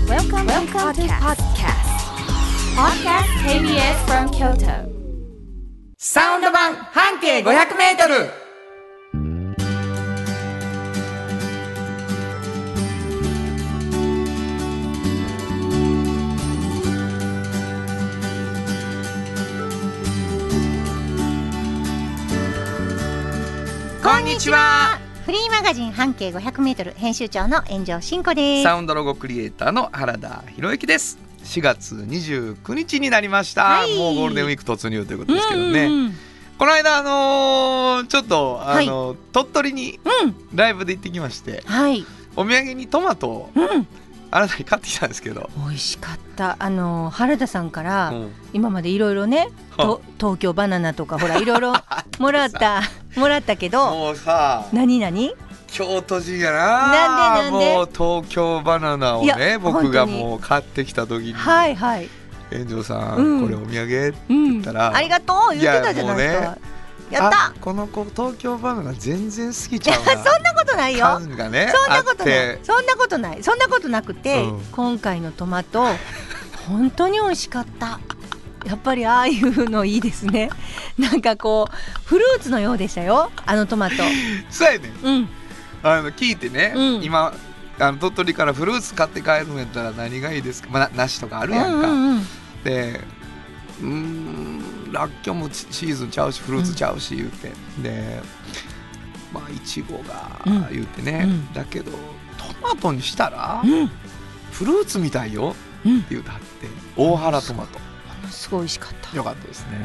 Welcome to podcast KBS from Kyoto. サウンド版半径500メートル。こんにちは。 フリーマガジン半径 500m 編集長の炎上真子です。 サウンドロゴクリエイターの原田博之です。4月29日になりました、はい、もうゴールデンウィーク突入ということですけどね、この間ちょっとはい、鳥取にライブで行ってきまして、はい、お土産にトマトを、あなたに買ってきたんですけど、 美味しかった。原田さんから、今までいろいろね、東京バナナとかほらいろいろもらったけど、 もうさ、 何京都人やな。もう東京バナナをね、僕がもう買ってきた時に、はいはい、炎上さん、これお土産って言ったら、 ありがとう言ってたじゃないですか。やった。 この子東京バナナ全然好きちゃうな。 そんなことないよ。 感がね、 そんなことなくて、今回のトマト本当に美味しかった。やっぱりああいうのいいですね。なんかこうフルーツのようでしたよ、あのトマト。 そうやね、聞いてね、今鳥取からフルーツ買って帰るんやったら何がいいですか、梨とかあるやんか、でらっきょうもシーズンちゃうしフルーツちゃうし言うて、でいちごが言うてね、だけどトマトにしたら、フルーツみたいよって言うてはって、大原トマトすごい美味しかった。 よかったですね。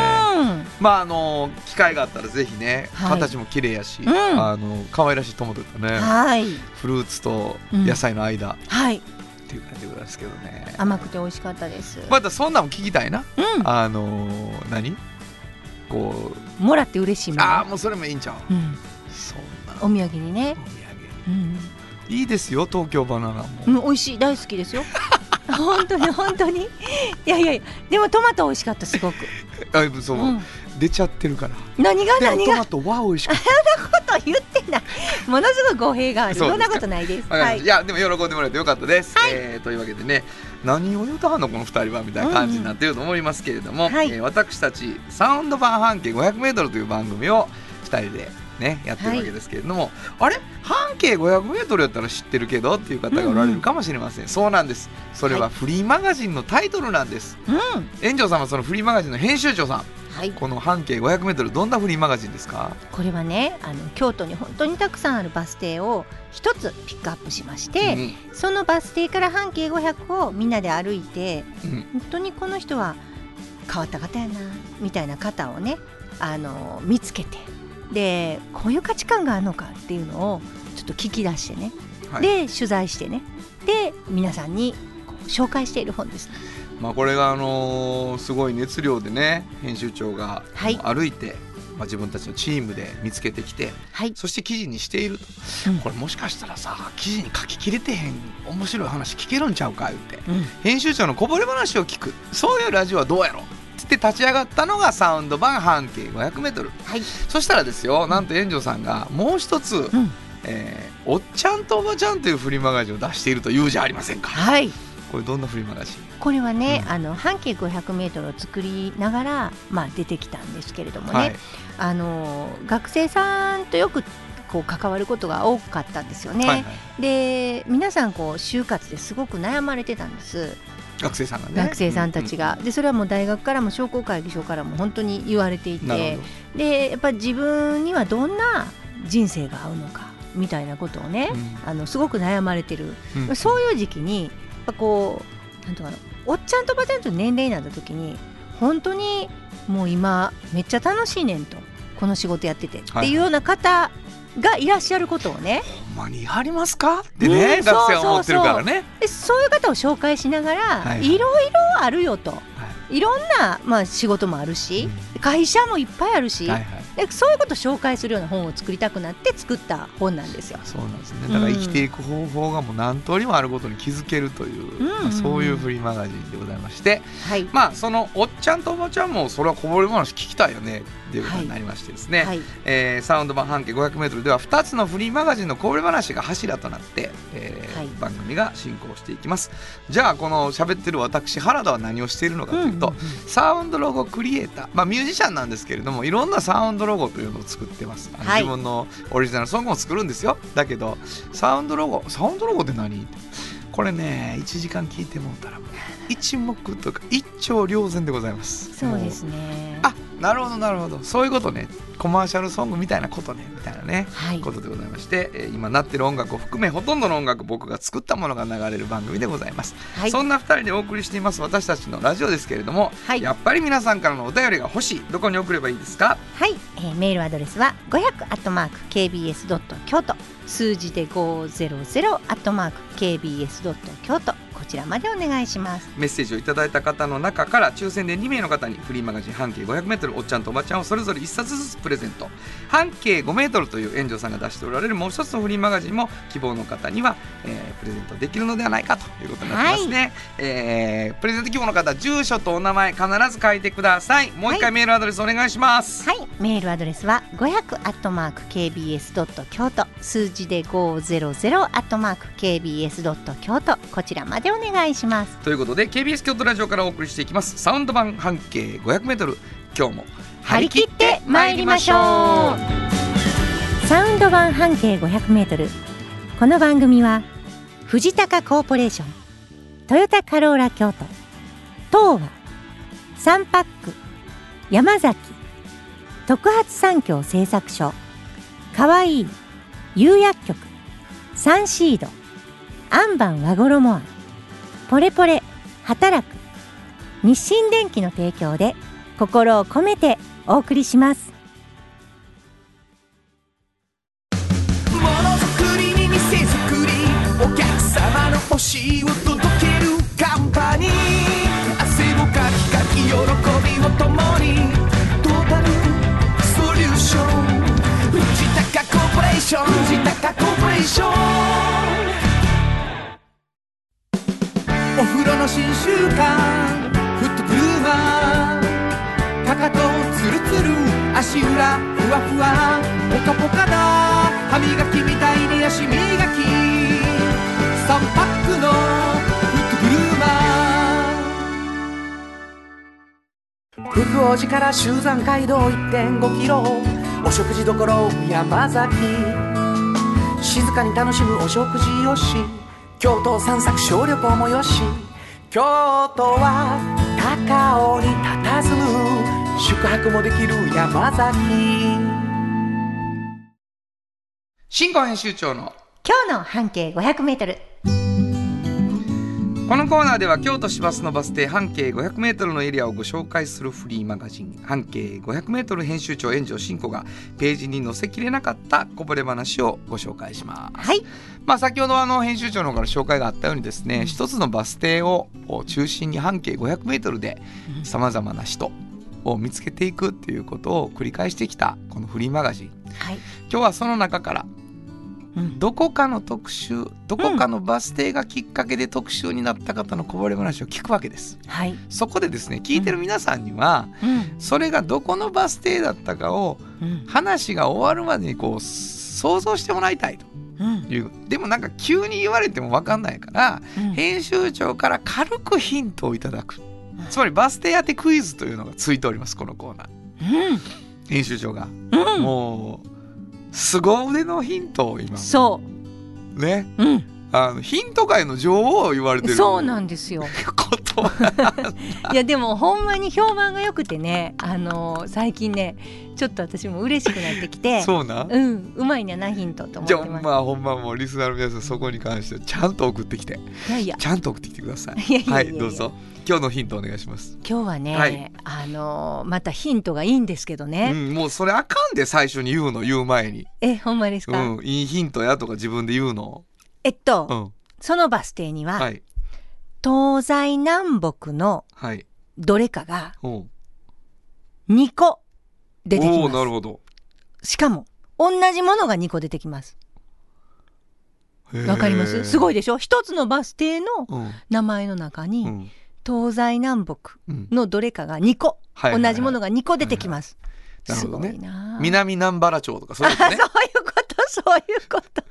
機会があったらぜひね、形も綺麗やし、可愛らしいトマトとね、フルーツと野菜の間、っていう感じですけどね、 甘くて美味しかったです。 またそんなも聞きたいな、何こうもらって嬉しいもの、 もうそれもいいんちゃう、そんなお土産にね、 いいですよ、東京バナナも、 美味しい、大好きですよ。本当にいやでもトマト美味しかった、すごく。 そう、出ちゃってるから。 何がトマトは美味しかった。 そんなこと言ってない。ものすごい語弊がある。そんなことないです。 いやでも喜んでもらえてよかったです、というわけでね、何を言うたはんのこの2人はみたいな感じになっていると思いますけれども、私たちサウンド版半径 500m という番組を2人でね、やってるわけですけれども、あれ半径 500m やったら知ってるけどっていう方がおられるかもしれません。そうなんです、それはフリーマガジンのタイトルなんです。炎上さんはそのフリーマガジンの編集長さん、この半径 500m どんなフリーマガジンですか？ これはね、京都に本当にたくさんあるバス停を一つピックアップしまして、そのバス停から半径500をみんなで歩いて、本当にこの人は変わった方やなみたいな方をね、見つけて、でこういう価値観があるのかっていうのをちょっと聞き出してね、で取材してね、で皆さんに紹介している本です。 これがすごい熱量でね、編集長が歩いて、自分たちのチームで見つけてきて、そして記事にしていると、これもしかしたらさ、記事に書ききれてへん面白い話聞けるんちゃうか言って、編集長のこぼれ話を聞く、そういうラジオはどうやろって立ち上がったのがサウンド版半径 500m、そしたらですよ、なんと炎上さんがもう一つ、おっちゃんとおばちゃんというフリーマガジンを出しているというじゃありませんか。これどんなフリーマガジン？ これはね、半径 500m を作りながら、出てきたんですけれどもね、学生さんとよくこう関わることが多かったんですよね。で皆さんこう就活ですごく悩まれてたんです、 学生さんがね、 学生さんたちが。でそれはもう大学からも商工会議所からも本当に言われていて、でやっぱり自分にはどんな人生が合うのかみたいなことをね、すごく悩まれてる、そういう時期にやっぱこうなんとかな、おっちゃんとおばちゃんと年齢になった時に本当にもう今めっちゃ楽しいねんと、この仕事やっててっていうような方がいらっしゃることをね、 ほんまにありますかってね、学生は思ってるからね。 そういう方を紹介しながら、いろいろあるよと、いろんな、仕事もあるし、会社もいっぱいあるし、 そういうことを紹介するような本を作りたくなって作った本なんですよ。 そうなんですね。だから生きていく方法がもう何通りもあることに気づけるという、そういうフリーマガジンでございまして、はい、そのおっちゃんとおばちゃんもそれはこぼれ話聞きたいよねっていうことになりましてですね、はいサウンド版半径 500m では2つのフリーマガジンのこぼれ話が柱となって、番組が進行していきます。じゃあこの喋ってる私原田は何をしているのかというと、サウンドロゴクリエイター、ミュージシャンなんですけれども、いろんなサウンドロゴというのを作ってます。自分のオリジナルソングも作るんですよ。だけどサウンドロゴって何？これね、1時間聞いてもうたら一目とか一鳥瞭然でございます。 そうですね。 なるほど、そういうことね。コマーシャルソングみたいなことね、みたいなね、 はい、 ことでございまして、今なってる音楽を含めほとんどの音楽僕が作ったものが流れる番組でございます、はい、そんな2人でお送りしています私たちのラジオですけれども、はい、やっぱり皆さんからのお便りが欲しい。どこに送ればいいですか？ はい、メールアドレスは 500@kbs.kyoto 数字で 500@kbs.kyoto こちらまでお願いします。 メッセージをいただいた方の中から抽選で2名の方にフリーマガジン半径 500m おっちゃんとおばちゃんをそれぞれ1冊ずつプレゼント。半径 5m という園長さんが出しておられるもう一つのフリーマガジンも希望の方には、プレゼントできるのではないかということになってますね、はいプレゼント希望の方、住所とお名前必ず書いてください。もう一回メールアドレスお願いします。 はい、メールアドレスは 500@kbs.kyoto 数字で 500@kbs.kyoto こちらまでお願いします。 ということで KBS 京都ラジオからお送りしていきますサウンド版半径 500m、 今日も張り切って参りましょう。サウンド版半径 500m、 この番組は藤高コーポレーション、トヨタカローラ京都、東和、サンパック、山崎、特発産業製作所、かわいい、釉薬局、サンシード、アンバン和衣あん、ポレポレ働く、日清電機の提供で心を込めてお送りします。 ものづくりに店づくり、お客様の欲しいを届けるカンパニー、汗をかきかき喜びを共にトータルソリューション、藤高コーポレーション、藤高コーポレーション。お風呂の新習慣フットグルーマー、かかとツルツル足裏ふわふわポカポカだ、歯磨きみたいに足磨き、3パックのフットグルーマー。福王寺から集山街道 1.5 キロ、お食事処山崎、静かに楽しむお食事よし、京都散策小旅行もよし、京都は高尾に佇む宿泊もできる山崎。 新語編集長の今日の半径 500m。 このコーナーでは京都市バスのバス停半径 500m のエリアをご紹介するフリーマガジン半径 500m 編集長炎上真子がページに載せきれなかったこぼれ話をご紹介します。 はい、 先ほど編集長の方から紹介があったようにですね、一つのバス停を中心に半径 500m でさまざまな人を見つけていくっていうことを繰り返してきたこのフリーマガジン、 はい、 今日はその中からどこかの特集、どこかのバス停がきっかけで特集になった方のこぼれ話を聞くわけです、 はい、 そこでですね、聞いてる皆さんには、それがどこのバス停だったかを、話が終わるまでに想像してもらいたいという、でもなんか急に言われても分かんないから、編集長から軽くヒントをいただく、つまりバス停当てクイズというのがついております。このコーナー、編集長が、もう凄腕のヒントを今そうね、ヒント界の女王を言われてる。 そうなんですよこといやでもほんまに評判が良くてね、最近ねちょっと私も嬉しくなってきてそうな、 うまいねなヒントと思ってます。 じゃあほんまもうリスナーの皆さんそこに関してちゃんと送ってきて、ちゃんと送ってきてください。はい、どうぞ今日のヒントお願いします。 今日はね、はい、またヒントがいいんですけどね、 もうそれあかんで、最初に言う前に。 ほんまですか、 いいヒントやとか自分で言うの。 そのバス停には、はい、東西南北のどれかが2個出てきます。 なるほど。 しかも同じものが2個出てきます。わかります？すごいでしょ。一つのバス停の名前の中に、東西南北のどれかが2個、同じものが2個出てきます。すごいな。 南南原町とかそういうことね。 そういうこと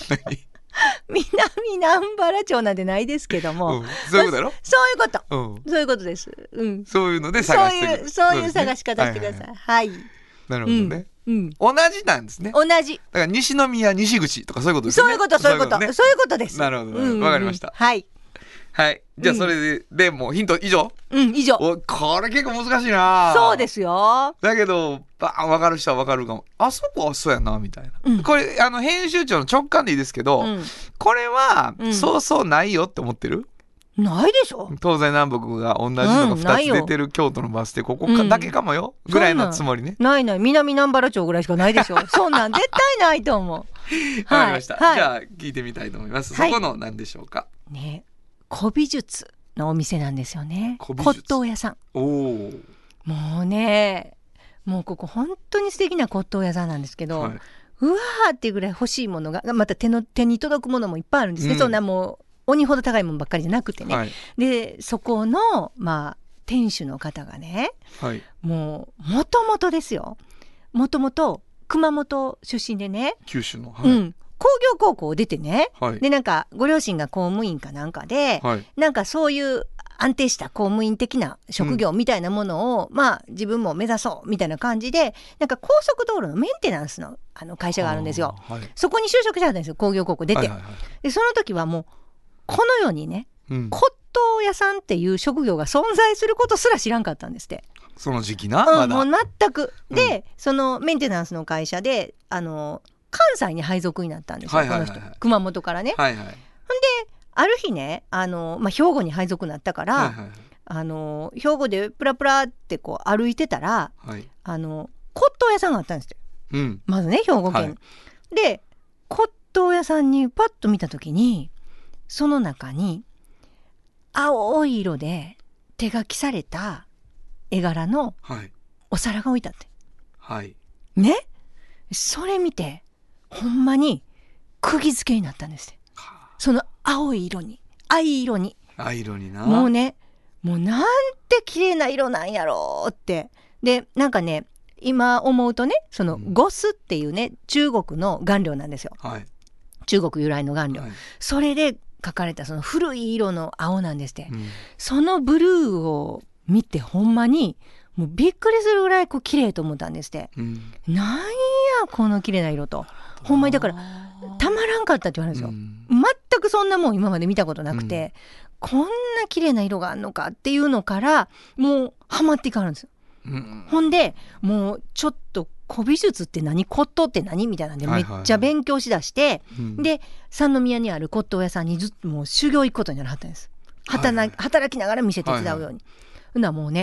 南南原町なんてないですけども、 そういうことだろ。 そういうことです。 そういうので探してくる。 そういう探し方してください。はい。 なるほどね。同じなんですね。 同じ。 だから西宮西口とかそういうことですね。 そういうことです。 なるほどね。わかりました。 はい。 はい。じゃあそれでもうヒント以上？ 以上。 これ結構難しいな。 そうですよ。 だけど分かる人は分かるかも。あそこはそうやなみたいな。これ編集長の直感でいいですけど、これはそうそうないよって思ってる？ ないでしょ。 東西南北が同じのが2つ出てる京都のバス停、ここだけかもよぐらいのつもりね。 ない南南原町ぐらいしかないでしょ。そんなん絶対ないと思う。 わかりました。じゃあ聞いてみたいと思います。そこの何でしょうか。 ね、古美術のお店なんですよね。骨董屋さん。もうね、もうここ本当に素敵な骨董屋さんなんですけど、うわーっていうぐらい欲しいものがまた手に届くものもいっぱいあるんですね。そんなもう鬼ほど高いものばっかりじゃなくてね。でそこの店主の方がね、もともとですよ。もともと熊本出身でね。 九州の。 工業高校を出てね、でなんかご両親が公務員かなんかで、なんかそういう安定した公務員的な職業みたいなものを、自分も目指そうみたいな感じで、なんか高速道路のメンテナンスの会社があるんですよ。そこに就職してたんですよ、工業高校出て。でその時はもうこの世にね、骨董屋さんっていう職業が存在することすら知らんかったんですって。 その時期な、まだもう全く。で、そのメンテナンスの会社で関西に配属になったんですよ、この人。熊本からね。ほんである日ね、兵庫に配属になったから、兵庫でプラプラってこう歩いてたら、骨董屋さんがあったんですよ、まずね、兵庫県、で骨董屋さんにパッと見た時に、その中に青い色で手書きされた絵柄のお皿が置いてあって、ね、それ見てほんまに釘付けになったんです。その青い色に藍色にな。 もうね、もうなんて綺麗な色なんやろうって。でなんかね、今思うとね、そのゴスっていうね、中国の顔料なんですよ、中国由来の顔料、それで描かれたその古い色の青なんですって、そのブルーを見てほんまにもうびっくりするぐらい綺麗と思ったんですって、なんやこの綺麗な色と。ほんまにだからたまらんかったって言われるんですよ、全くそんなもん今まで見たことなくて、こんな綺麗な色があるのかっていうのからもうハマっていかはるんですよ、ほんでもうちょっと古美術って何、骨董って何みたいなんでめっちゃ勉強しだして、で三宮にある骨董屋さんにずっともう修行行くことにならはったんです。働きながら店手伝うように、ほんならもうね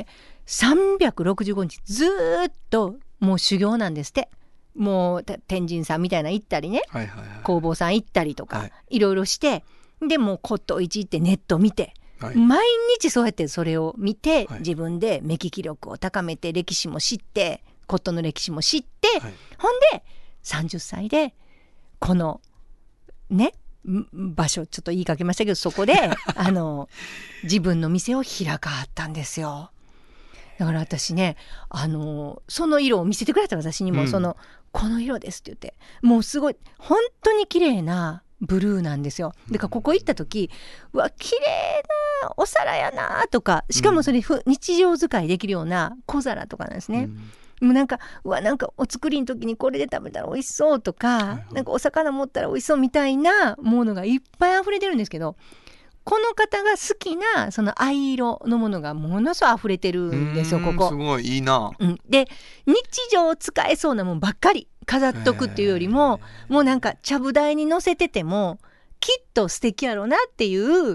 365日ずっともう修行なんですって。もう天神さんみたいな行ったりね、工房さん行ったりとか、いろいろして、でもう骨董市行ってネット見て、毎日そうやってそれを見て、自分で目利き力を高めて、歴史も知って、骨董の歴史も知って、ほんで30歳でこのね場所ちょっと言いかけましたけど、そこで自分の店を開かはったんですよ。だから私ね、その色を見せてくれた、私にも、この色ですって言って、もうすごい本当に綺麗なブルーなんですよ。だからここ行った時、うわ綺麗なお皿やなとか、しかもそれ日常使いできるような小皿とかなんですね、もうなんかお作りの時にこれで食べたら美味しそうとか、なんかお魚持ったら美味しそうみたいなものがいっぱい溢れてるんですけど、この方が好きなその藍色のものがものすごい溢れてるんですよ、ここ。 すごいいいな、 で日常使えそうなもんばっかり飾っとくっていうよりも、もうなんかちゃぶ台に乗せててもきっと素敵やろうなっていう、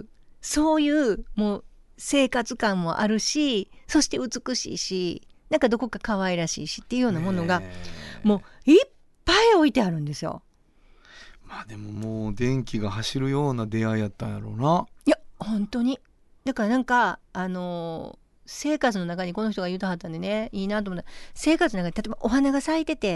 そういうもう生活感もあるし、そして美しいし、なんかどこか可愛らしいしっていうようなものがもういっぱい置いてあるんですよ。 でももう電気が走るような出会いやったんやろうな。 いや本当にだからなんか生活の中にこの人が言うとはったんでね、いいなと思った。生活の中に例えばお花が咲いてて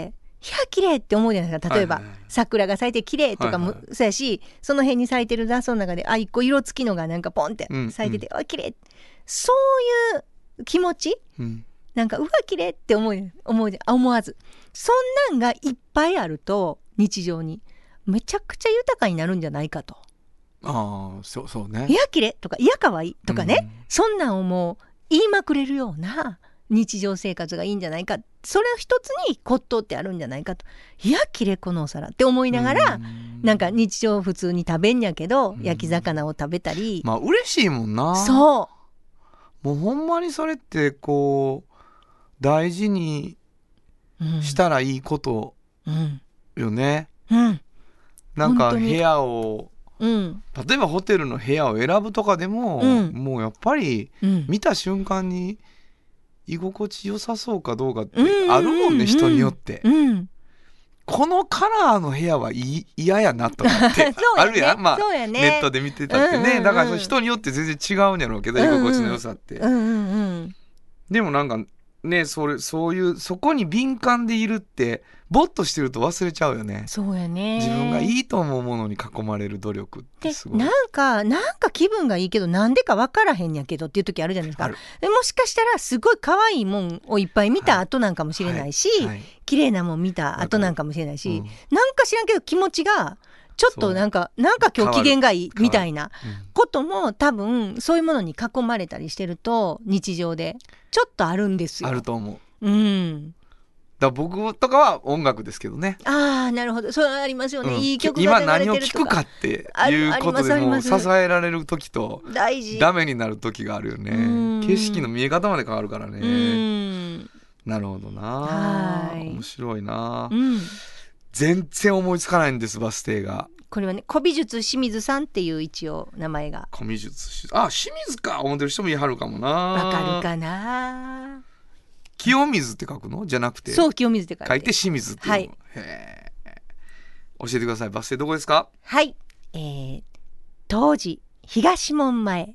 綺麗って思うじゃないですか。例えば、桜が咲いて綺麗とかもそうやし、その辺に咲いてる雑草の中で一個色付きのがなんかポンって咲いてて、綺麗、そういう気持ち、なんかうわ綺麗って思わず、そんなんがいっぱいあると日常にめちゃくちゃ豊かになるんじゃないかと。 そうね。 いや綺麗とかいや可愛いとかね、そんなんをもう言いまくれるような日常生活がいいんじゃないか、それ一つに骨董ってあるんじゃないかと。いや綺麗このお皿って思いながら、なんか日常普通に食べんやけど、焼き魚を食べたり、 嬉しいもんな。もうほんまにそれってこう大事にしたらいいことよね。なんか部屋を、例えばホテルの部屋を選ぶとかでも、もうやっぱり見た瞬間に居心地良さそうかどうかってあるもんね、人によって、このカラーの部屋は嫌やなとかってあるやん、ネットで見てたってね、だから人によって全然違うんやろうけど、居心地の良さって、でもなんかね、そういうそこに敏感でいるってぼっとしてると忘れちゃうよね。 そうやね。 自分がいいと思うものに囲まれる努力ってすごい。 なんか気分がいいけどなんでか分からへんやけどっていう時あるじゃないですか。でもしかしたらすごい可愛いもんをいっぱい見た後なんかもしれないし、綺麗なもん見た後なんかもしれないし、なんか知らんけど気持ちがちょっとなんか今日機嫌がいいみたいなことも多分そういうものに囲まれたりしてると日常でちょっとあるんですよ。 あると思う。だ僕とかは音楽ですけどね。 なるほど、それありますよね。いい曲が流れてるとか、今何を聴くかっていうことでも支えられる時とダメになる時があるよね。景色の見え方まで変わるからね。なるほどな。面白いな。全然思いつかないんです、バス停が。 これはね、古美術清水さんっていう一応名前が。 古美術清水か思ってる人もいはるかもな。 わかるかな。 清水って書くのじゃなくて、 そう清水って書いて清水っていうの、教えてください。バス停どこですか？ はい、当時東門前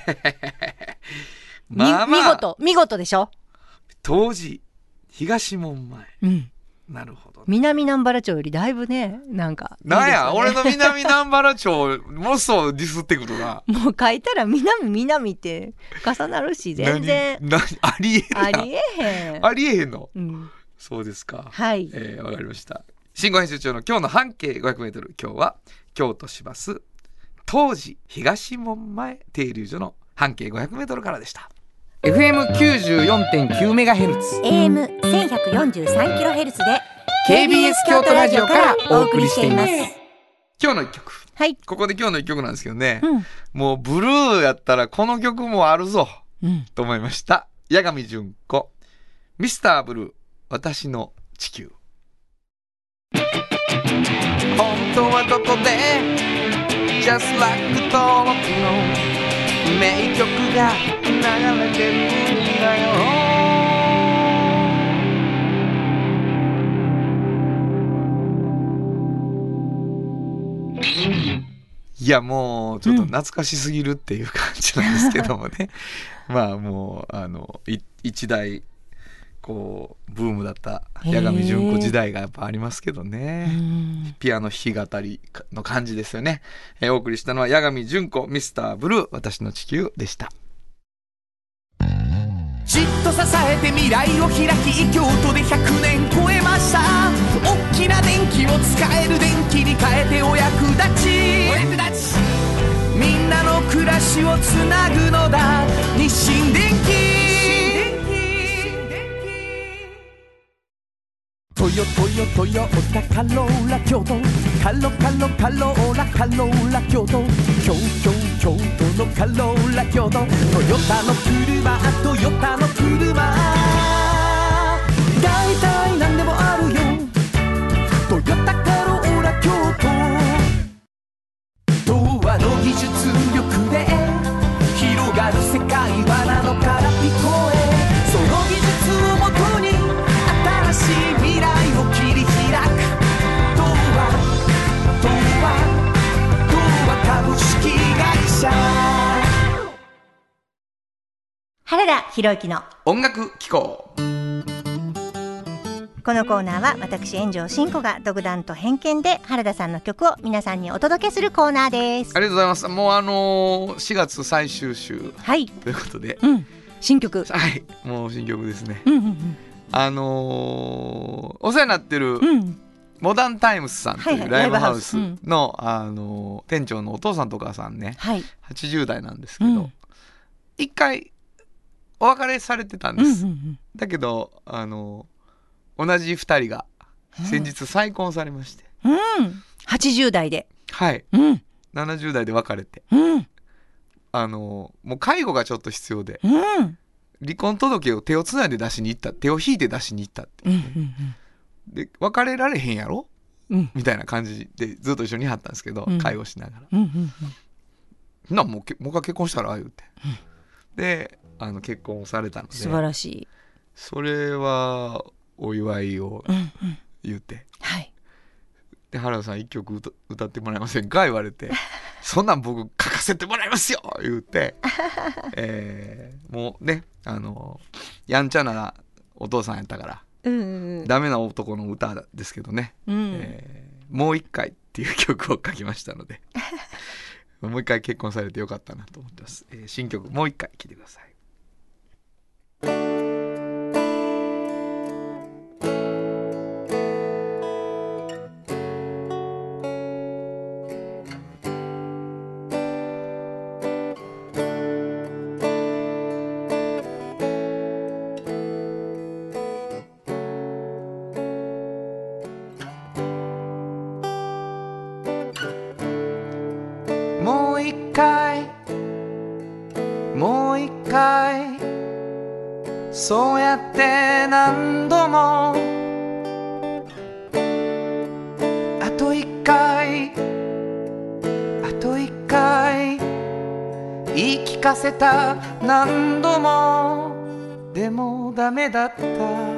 見事でしょ。 当時東門前、なるほど、 南南原町よりだいぶね、なんかいいですよね。なんや俺の南南原町もそうディスってくるな。 もう書いたら南って重なるし全然ありえへんの、そうですか。 はい、 わかりました。新語編集長の今日の半径 500m、 今日は京都市バス当時東門前停留所の半径 500m からでした。 FM94.9MHz、 AM1143kHz で KBS 京都ラジオからお送りしています。今日の一曲、ここで今日の一曲なんですけどね、もうブルーやったらこの曲もあるぞ、と思いました。八神純子、ミスターブルー、私の地球。本当はどこで Just like 登録の名曲が流れてるんだよ。いやもうちょっと懐かしすぎるっていう感じなんですけどもね、まあもう一大こうブームだった八神純子時代がやっぱありますけどね。ピアノ弾き語りの感じですよね。お送りしたのは八神純子、ミスターブルー、私の地球でした。 じっと支えて未来を開き、京都で100年超えました。大きな電気を使える電気に変えてお役立ち、みんなの暮らしをつなぐのだ、日清電気。トヨタカローラ京都、カローラ京都、京都のカローラ京都、トヨタの車、トヨタの車、だいたいなんでもあるよ、トヨタカローラ京都。童話の技術力で広がる世界はなのから聞こえ、その技術をもとに新しい未来を切り開く。童話株式会社。 原田博之の音楽機構。 このコーナーは私炎上真子が独断と偏見で原田さんの曲を皆さんにお届けするコーナーです。 ありがとうございます。もう4月最終週、はい、ということで、 新曲、 はい、もう新曲ですね。お世話になってる、モダンタイムスさんというライブハウスの、店長のお父さんとお母さんね、80代なんですけど、一回お別れされてたんです。だけど同じ2人が先日再婚されまして、 80代で、 はい、70代で別れて、もう介護がちょっと必要で、離婚届を手をつないで出しに行った、手を引いて出しに行ったって、で別れられへんやろ、みたいな感じでずっと一緒にいはったんですけど、介護しながら、もう一回結婚したら言うて、で結婚されたので、 素晴らしい。 それはお祝いを言って、で原田さん一曲歌ってもらえませんか言われてそんなん僕書かせてもらいますよ言って、もうねやんちゃなお父さんやったから、ダメな男の歌ですけどね、もう一回っていう曲を書きましたのでもう一回結婚されてよかったなと思ってます。新曲もう一回聴いてください。もう一回そうやって何度も、あと一回あと一回言い聞かせた、何度もでもダメだった。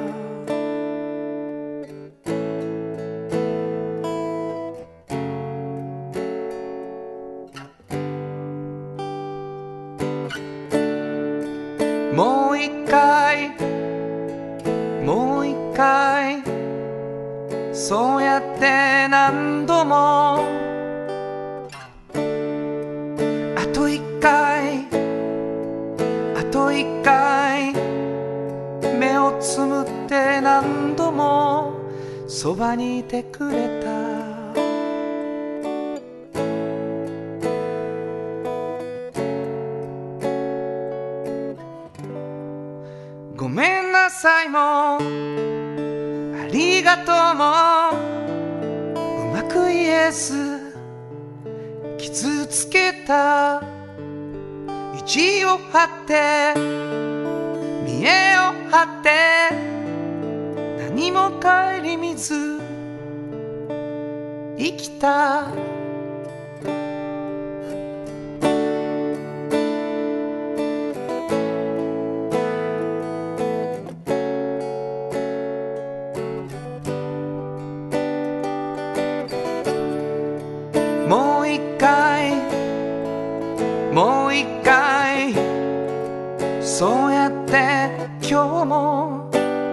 もう一回もう一回そうやって何度も、あと一回あと一回目をつむって何度もそばにいてくれた。ごめんなさいもありがとうもうまく言えず傷つけた、意地を張って見栄を張って何も顧みず生きた。もう一回もう一回そうやって今日も、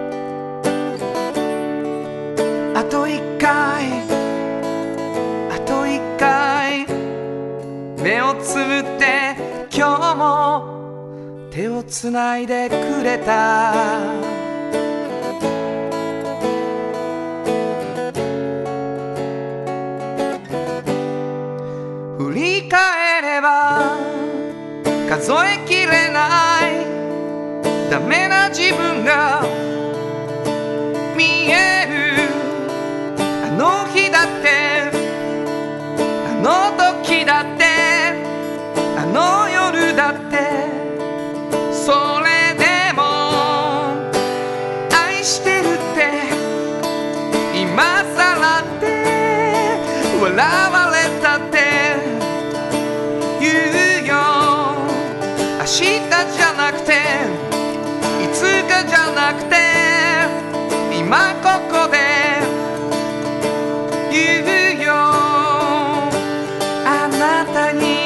あと一回あと一回目をつぶって今日も手をつないでくれた。振り返れば数えきれないダメな自分が見える。あの日だってあの時だってあの夜だって、それでも愛してるって今さらって笑われたって言うよ。明日じゃなくていつかじゃなくて今ここで言うよ、あなたに。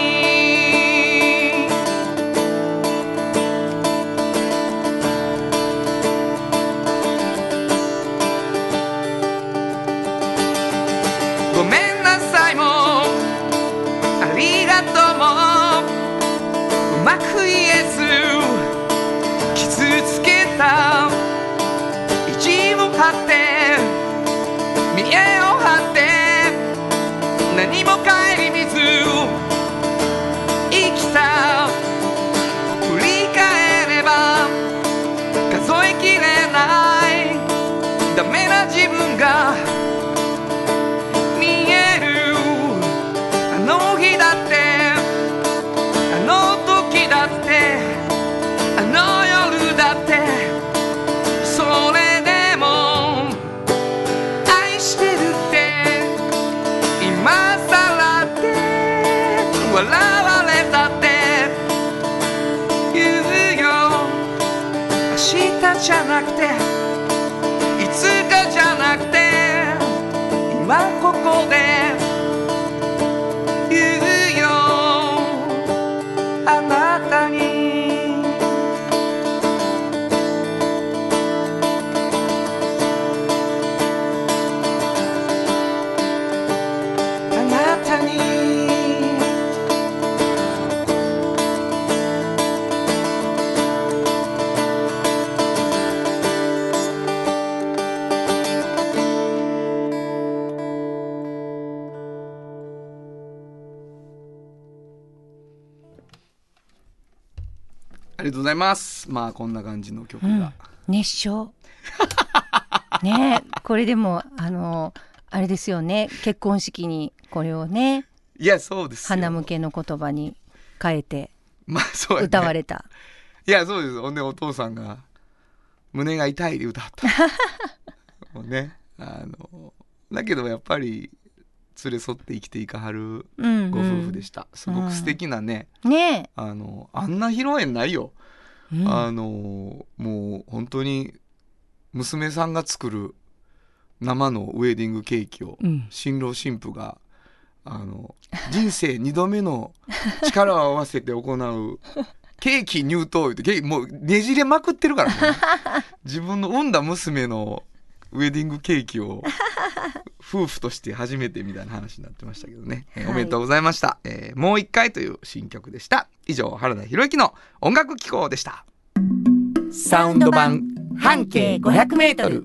ありがとうございます。まあこんな感じの曲が、 熱唱ね。これでもあれですよね、結婚式にこれをね、 いやそうですよ、 花向けの言葉に変えてまあそうやね、 歌われた。 いやそうです。ほんでお父さんが胸が痛いで歌ったもうね、だけどやっぱり連れ添って生きていかはるご夫婦でした、すごく素敵なね、 ね、 あんな披露宴ないよ、もう本当に娘さんが作る生のウェディングケーキを、新郎新婦が人生2度目の力を合わせて行うケーキ入刀ってもうねじれまくってるからね自分の産んだ娘のウェディングケーキを夫婦として初めてみたいな話になってましたけどね、おめでとうございました、もう一回という新曲でした。以上、原田博之の音楽機構でした。 サウンド版半径500メートル。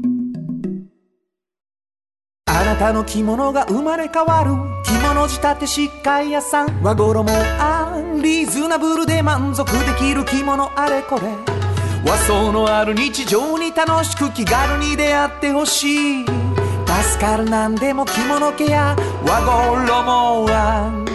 あなたの着物が生まれ変わる着物仕立て疾患屋さん、和衣リーズナブルで満足できる着物あれこれ、和装のある日常に楽しく気軽に出会ってほしい。助かるなんでも着物ケア和衣は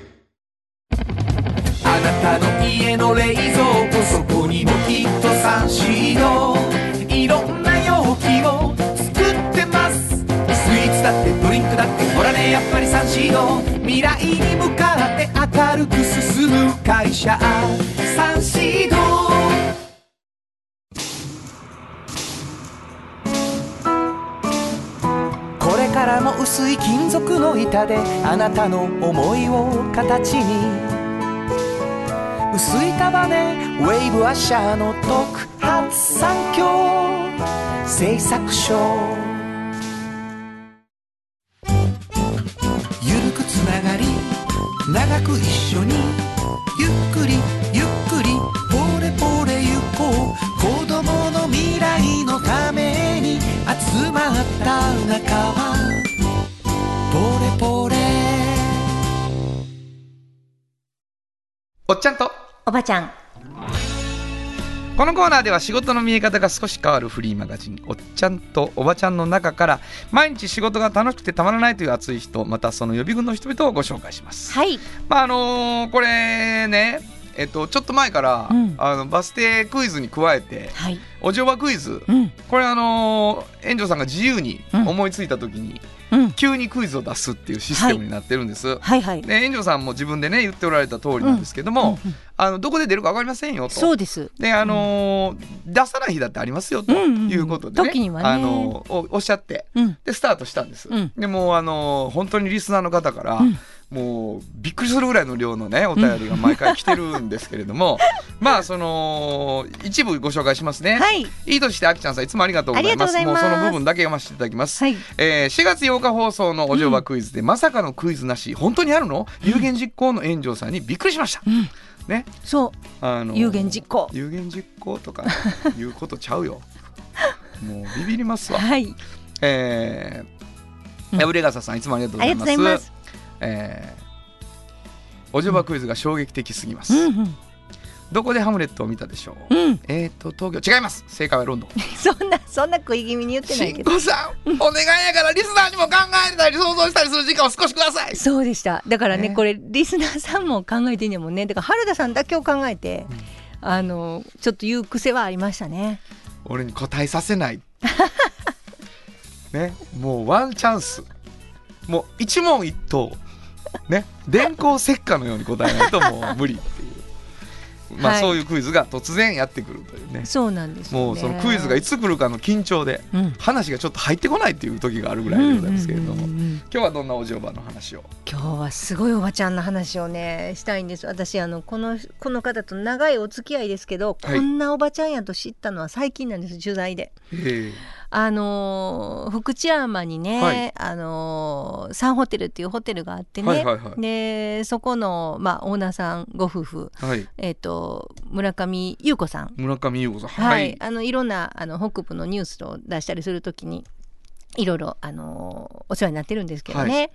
あなたの家の冷蔵庫、そこにもきっとサンシード、いろんな容器を作ってます。スイーツだってドリンクだってほらね、やっぱりサンシード、未来に向かって明るく進む会社サンシード。これからも薄い金属の板であなたの思いを形に、薄い束ねウェイブアッシャーの特発産業製作所。ゆるくつながり長く一緒に、ゆっくりゆっくりポレポレ行こう。子供の未来のために集まった仲はポレポレ。 おっちゃんとおばちゃん。 このコーナーでは仕事の見え方が少し変わるフリーマガジンおっちゃんとおばちゃんの中から毎日仕事が楽しくてたまらないという熱い人、またその予備軍の人々をご紹介します。 はい。 これね、ちょっと前から、バス停クイズに加えて、お嬢場クイズ、これ園長さんが自由に思いついた時に、急にクイズを出すっていうシステムになってるんです、で園長さんも自分でね言っておられた通りなんですけども、どこで出るか分かりませんよと。 そうですで、出さない日だってありますよということでね、 時にはねおっしゃって、でスタートしたんです、でも本当にリスナーの方から、もうびっくりするぐらいの量のねお便りが毎回来てるんですけれどもまあその一部ご紹介しますね。いいとしてあきちゃんさんいつもありがとうございます。もうその部分だけ読ませていただきます、4月8日放送のお嬢場クイズで、まさかのクイズなし本当にあるの、有言実行の炎上さんにびっくりしました、ね、 そう有言実行とかいうことちゃうよもうビビりますわ。破れ傘さんいつもありがとうございます。お嬢場クイズが衝撃的すぎます、どこでハムレットを見たでしょう、東京。違います。正解はロンドンそんな食い気味に言ってないけど、 しんこさんお願いやからリスナーにも考えたり想像したりする時間を少しください。 そうでした。だからね、これリスナーさんも考えてんねんもんね。だから原田さんだけを考えて、ちょっと言う癖はありましたね。 俺に答えさせないね、もうワンチャンス、もう一問一答ね、電光石火のように答えないともう無理っていうそういうクイズが突然やってくるというね。 そうなんですよね。 もうそのクイズがいつ来るかの緊張で、話がちょっと入ってこないっていう時があるぐらいでございますけれども、今日はどんなお嬢場の話を。 今日はすごいおばちゃんの話をねしたいんです。私この方と長いお付き合いですけど、こんなおばちゃんやと知ったのは最近なんです。取材で福知山にね、サンホテルっていうホテルがあってね、でそこの、オーナーさんご夫婦、村上優子さん、いろんな北部のニュースを出したりするときにいろいろお世話になってるんですけどね、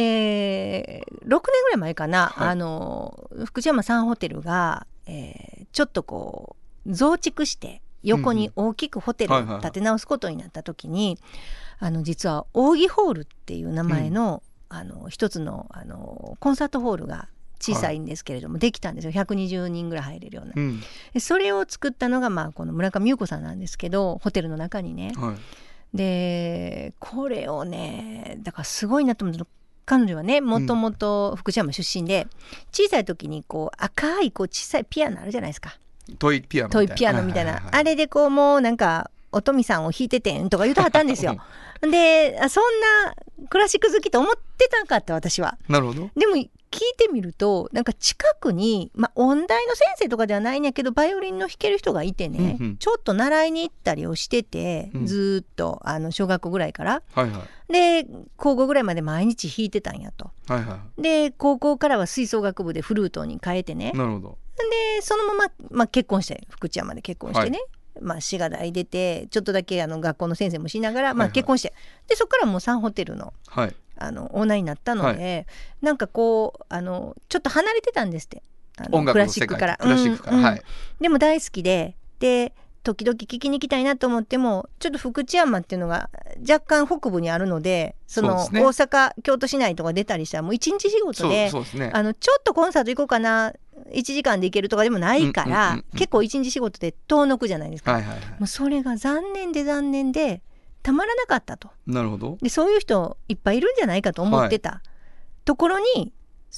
で6年ぐらい前かな、福知山サンホテルがちょっとこう増築して横に大きくホテルを建て直すことになった時に、実は扇ホールっていう名前の、一つの、コンサートホールが小さいんですけれども、できたんですよ。120人ぐらい入れるような、それを作ったのが、この村上優子さんなんですけど、ホテルの中にね、でこれをね、だからすごいなと思うの、彼女はね、もともと福知山出身で、小さい時にこう赤いこう小さいピアノあるじゃないですか、 トイピアノみたいな、 あれでこうもうなんかおとみさんを弾いててんとか言うとはったんですよで、そんなクラシック好きと思ってたんかって私は。 なるほど。 でも聞いてみると、なんか近くに、音大の先生とかではないんやけどバイオリンの弾ける人がいてね、ちょっと習いに行ったりをしてて、ずっと小学校ぐらいから、で高校ぐらいまで毎日弾いてたんやと、で高校からは吹奏楽部でフルートに変えてね。 なるほど。 でそのまま、結婚して福知山で結婚してね、滋賀大出てちょっとだけ学校の先生もしながら、結婚して、でそこからもうサンホテルの、オーナーになったので、なんかこうちょっと離れてたんですって、 音楽の世界からクラシックから、 でも大好きで時々聞きに行きたいなと思っても、ちょっと福知山っていうのが若干北部にあるので、大阪京都市内とか出たりしたらもう一日仕事で、ちょっとコンサート行こうかな1時間で行けるとかでもないから、結構一日仕事で遠のくじゃないですか、もうそれが残念でたまらなかったと。 なるほど。 でそういう人いっぱいいるんじゃないかと思ってた、ところに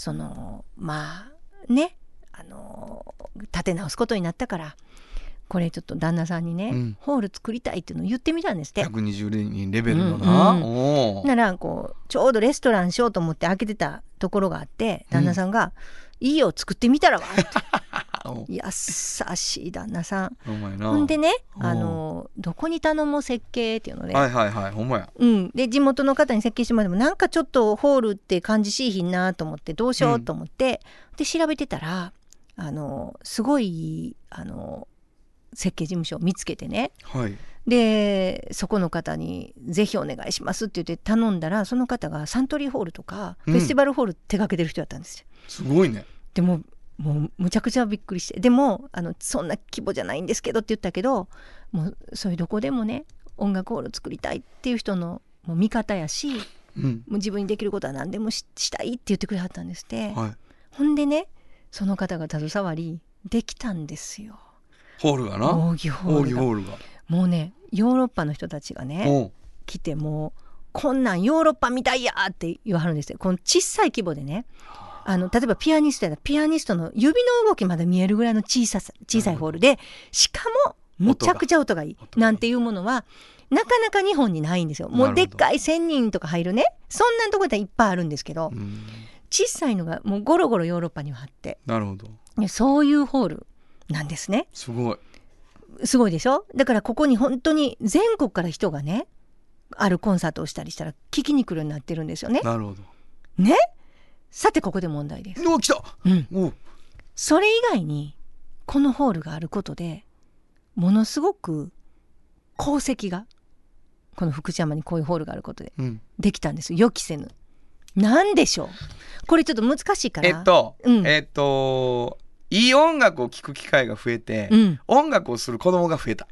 立て直すことになったから、これちょっと旦那さんにね、ホール作りたいっていうのを言ってみたんですって。 120人レベルのな、 ならこうちょうどレストランしようと思って開けてたところがあって、旦那さんが、いいよ作ってみたらわって優しい旦那さん。ほんでね、どこに頼もう設計っていうので、 ほんまや、 で地元の方に設計してもらっても、なんかちょっとホールって感じしいひんなと思って、どうしようと思って、で調べてたらすごい設計事務所を見つけてね、でそこの方にぜひお願いしますって言って頼んだら、その方がサントリーホールとか、フェスティバルホール手掛けてる人だったんですよ。 すごいね。 でもうむちゃくちゃびっくりして、でもそんな規模じゃないんですけどって言ったけど、もうそういうどこでもね音楽ホール作りたいっていう人のもう味方やし、もう自分にできることは何でも したいって言ってくれはったんですって、ほんでね、その方が携わりできたんですよ、 ホールがな。 扇ホールがもうね、ヨーロッパの人たちがね来て、もうこんなんヨーロッパみたいやって言わはるんですよ。この小さい規模でね、例えばピアニストやらピアニストの指の動きまで見えるぐらいの小さいホールで、しかもむちゃくちゃ音がいいなんていうものはなかなか日本にないんですよ。もうでっかい1000人とか入るね、そんなとこでいっぱいあるんですけど、小さいのがもうゴロゴロヨーロッパにはあって、 なるほど、 そういうホールなんですね。すごいでしょ。だからここに本当に全国から人がね、あるコンサートをしたりしたら聞きに来るようになってるんですよね。 なるほどね。さてここで問題です。 来た、 それ以外にこのホールがあることでものすごく功績が、この福知山にこういうホールがあることでできたんですよ。予期せぬ。なんでしょう、これちょっと難しいから、 いい音楽を聴く機会が増えて、音楽をする子供が増えた。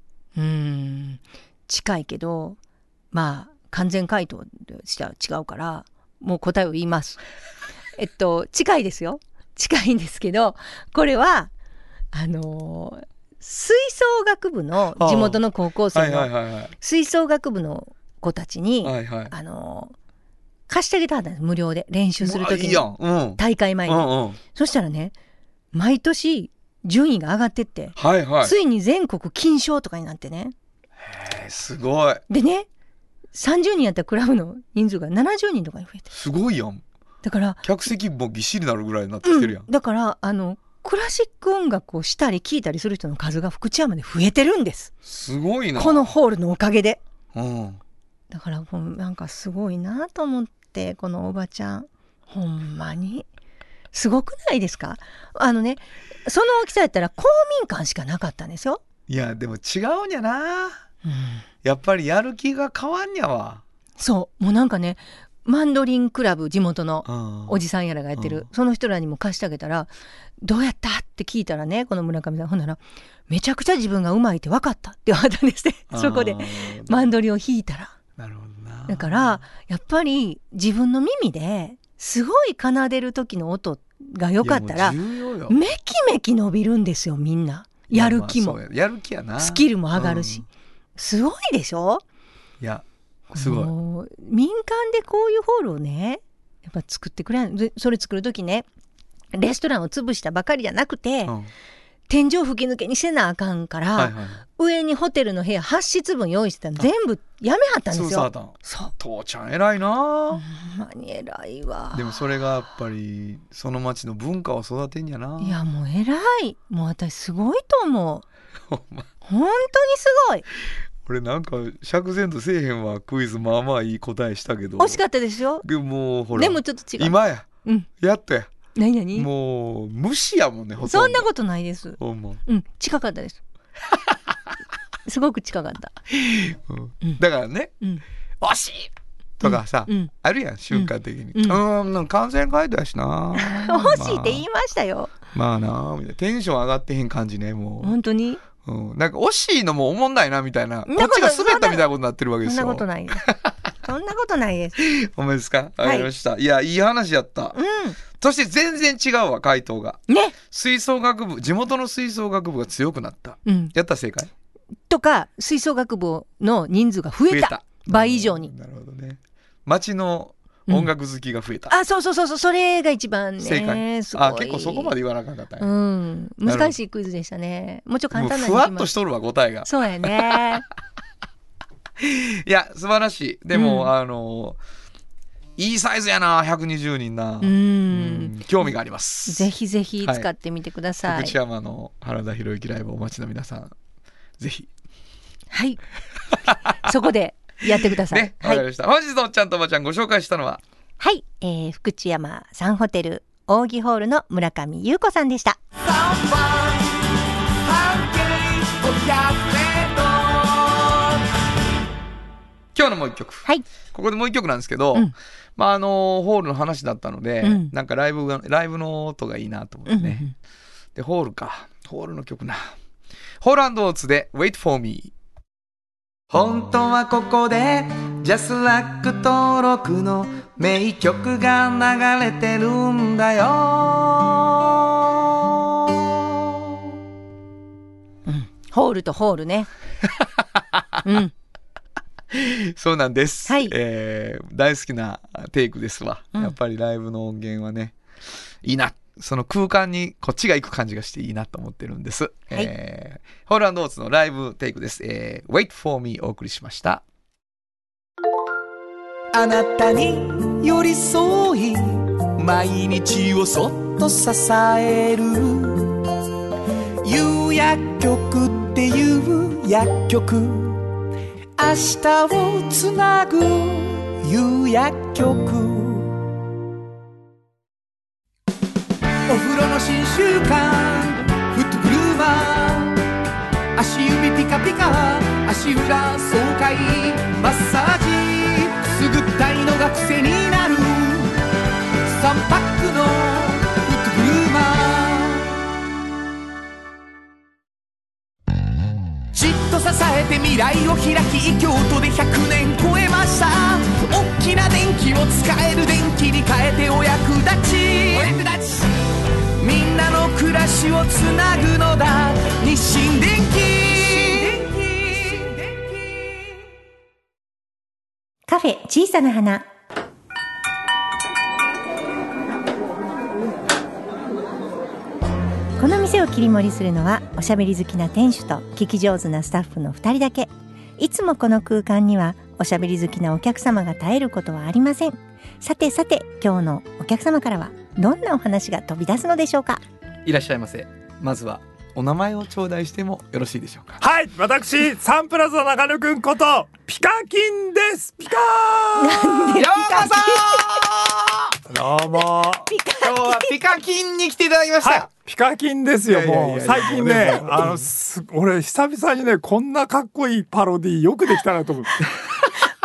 近いけど、完全回答しては違うからもう答えを言います。近いですよ。近いんですけど、これは吹奏楽部の地元の高校生の吹奏楽部の子たちに貸してあげたんです、無料で練習するときに、大会前に、そしたらね、毎年順位が上がってって、ついに全国金賞とかになってね。 すごい。 でね、30人やったクラブの人数が70人とかに増えて、 すごいやん。 だから客席もぎっしりなるぐらいになってきてるやん、 だからクラシック音楽をしたり聴いたりする人の数が福知山で増えてるんです。 すごいな、 このホールのおかげで、だからなんかすごいなと思って、このおばちゃんほんまにすごくないですか。その大きさやったら公民館しかなかったんですよ。 いやでも違うんやな、やっぱりやる気が変わんやわ。 そう、もうなんかね、 マンドリンクラブ、地元のおじさんやらがやってる、その人らにも貸してあげたら、どうやったって聞いたらね、この村上さん、ほんならめちゃくちゃ自分がうまいって分かったって言われたんですね。そこでマンドリンを弾いたら。 なるほどな。 だからやっぱり自分の耳ですごい奏でる時の音が良かったらめきめき伸びるんですよ、みんな。やる気も、 やる気やな、 スキルも上がるし、すごいでしょ。 いやすごい。 民間でこういうホールをね、やっぱ作ってくれない。それ作る時ね、レストランを潰したばかりじゃなくて、天井吹き抜けにせなあかんから、上にホテルの部屋8室分用意してたの全部やめはったんですよ。 そう、父ちゃん偉いな。 ほんまに偉いわ。 でもそれがやっぱりその町の文化を育てんやな。 いやもう偉い、もう私すごいと思う。本当にすごい。 俺なんか釈然とせえへんわ。クイズまあまあいい答えしたけど惜しかったですよ。 もうほら、 でもちょっと違う。 今や、やっとや。 何もう無視やもんね。ほとんどそんなことないです。近かったですすごく近かった、 だからね、惜しいとかさ、あるやん瞬間的に、完全回答やしな惜しいって言いましたよ。 まあなみたいな、テンション上がってへん感じね。もう本当に、 なんか惜しいのもおもんないなみたいな、こっちが滑ったみたいなことになってるわけですよ。 そんなことないそんなことないです。 ほんまですか。わかりました。いや、いい話やった。そして全然違うわ、回答が。ね。吹奏楽部、地元の吹奏楽部が強くなった。やった正解とか、吹奏楽部の人数が増えた。倍以上に。 なるほどね。町の音楽好きが増えた。 そう、それが一番ね。 正解。結構そこまで言わなかったね。 難しいクイズでしたね。もうちょっと簡単な。 ふわっとしとるわ、答えが。 そうやね。 いや素晴らしい。でも、いいサイズやな、120人な。興味があります。 ぜひぜひ使ってみてください。 福知山の原田博之ライブお待ちの皆さん、ぜひ。 はい。そこでやってください。 ね、わかりました。本日のおっちゃんとおばちゃんご紹介したのは、 はい、福知山サンホテル扇ホールの村上優子さんでした。 今日のもう一曲、ここでもう一曲なんですけど、ホールの話だったので、なんかライブの音がいいなと思ってね、でホールの曲な、ホール&オーツで Wait for Me。 本当はここでジャスラック登録の名曲が流れてるんだよ、 ホールとホールねそうなんです、大好きなテイクですわ、やっぱりライブの音源はねいいな、その空間にこっちが行く感じがしていいなと思ってるんです、ホール&オーツのライブテイクです、Wait for Me お送りしました。 あなたに寄り添い毎日をそっと支える夕薬局っていう薬局、明日をつなぐ夕薬局、お風呂の新習慣フットグルーマー、足指ピカピカ足裏爽快マッサージくすぐったいのが癖になる3パックのフットグルーマー、じっと支えて未来を開き京都で100年超えました。大きな電気を使える電気に変えてお役立ち、みんなの暮らしをつなぐのだ日清電気。 カフェ小さな花。この店を切り盛りするのはおしゃべり好きな店主と聞き上手なスタッフの2人だけ。いつもこの空間にはおしゃべり好きなお客様が絶えることはありません。さて今日のお客様からはどんなお話が飛び出すのでしょうか。 いらっしゃいませ。まずはお名前を頂戴してもよろしいでしょうか。 はい、私サンプラザ中野くんことピカキンです。ピカーようこそどうも今日はピカキンに来ていただきました、 ピカキンですよ。もう最近ね俺久々にねこんなかっこいいパロディよくできたなと思って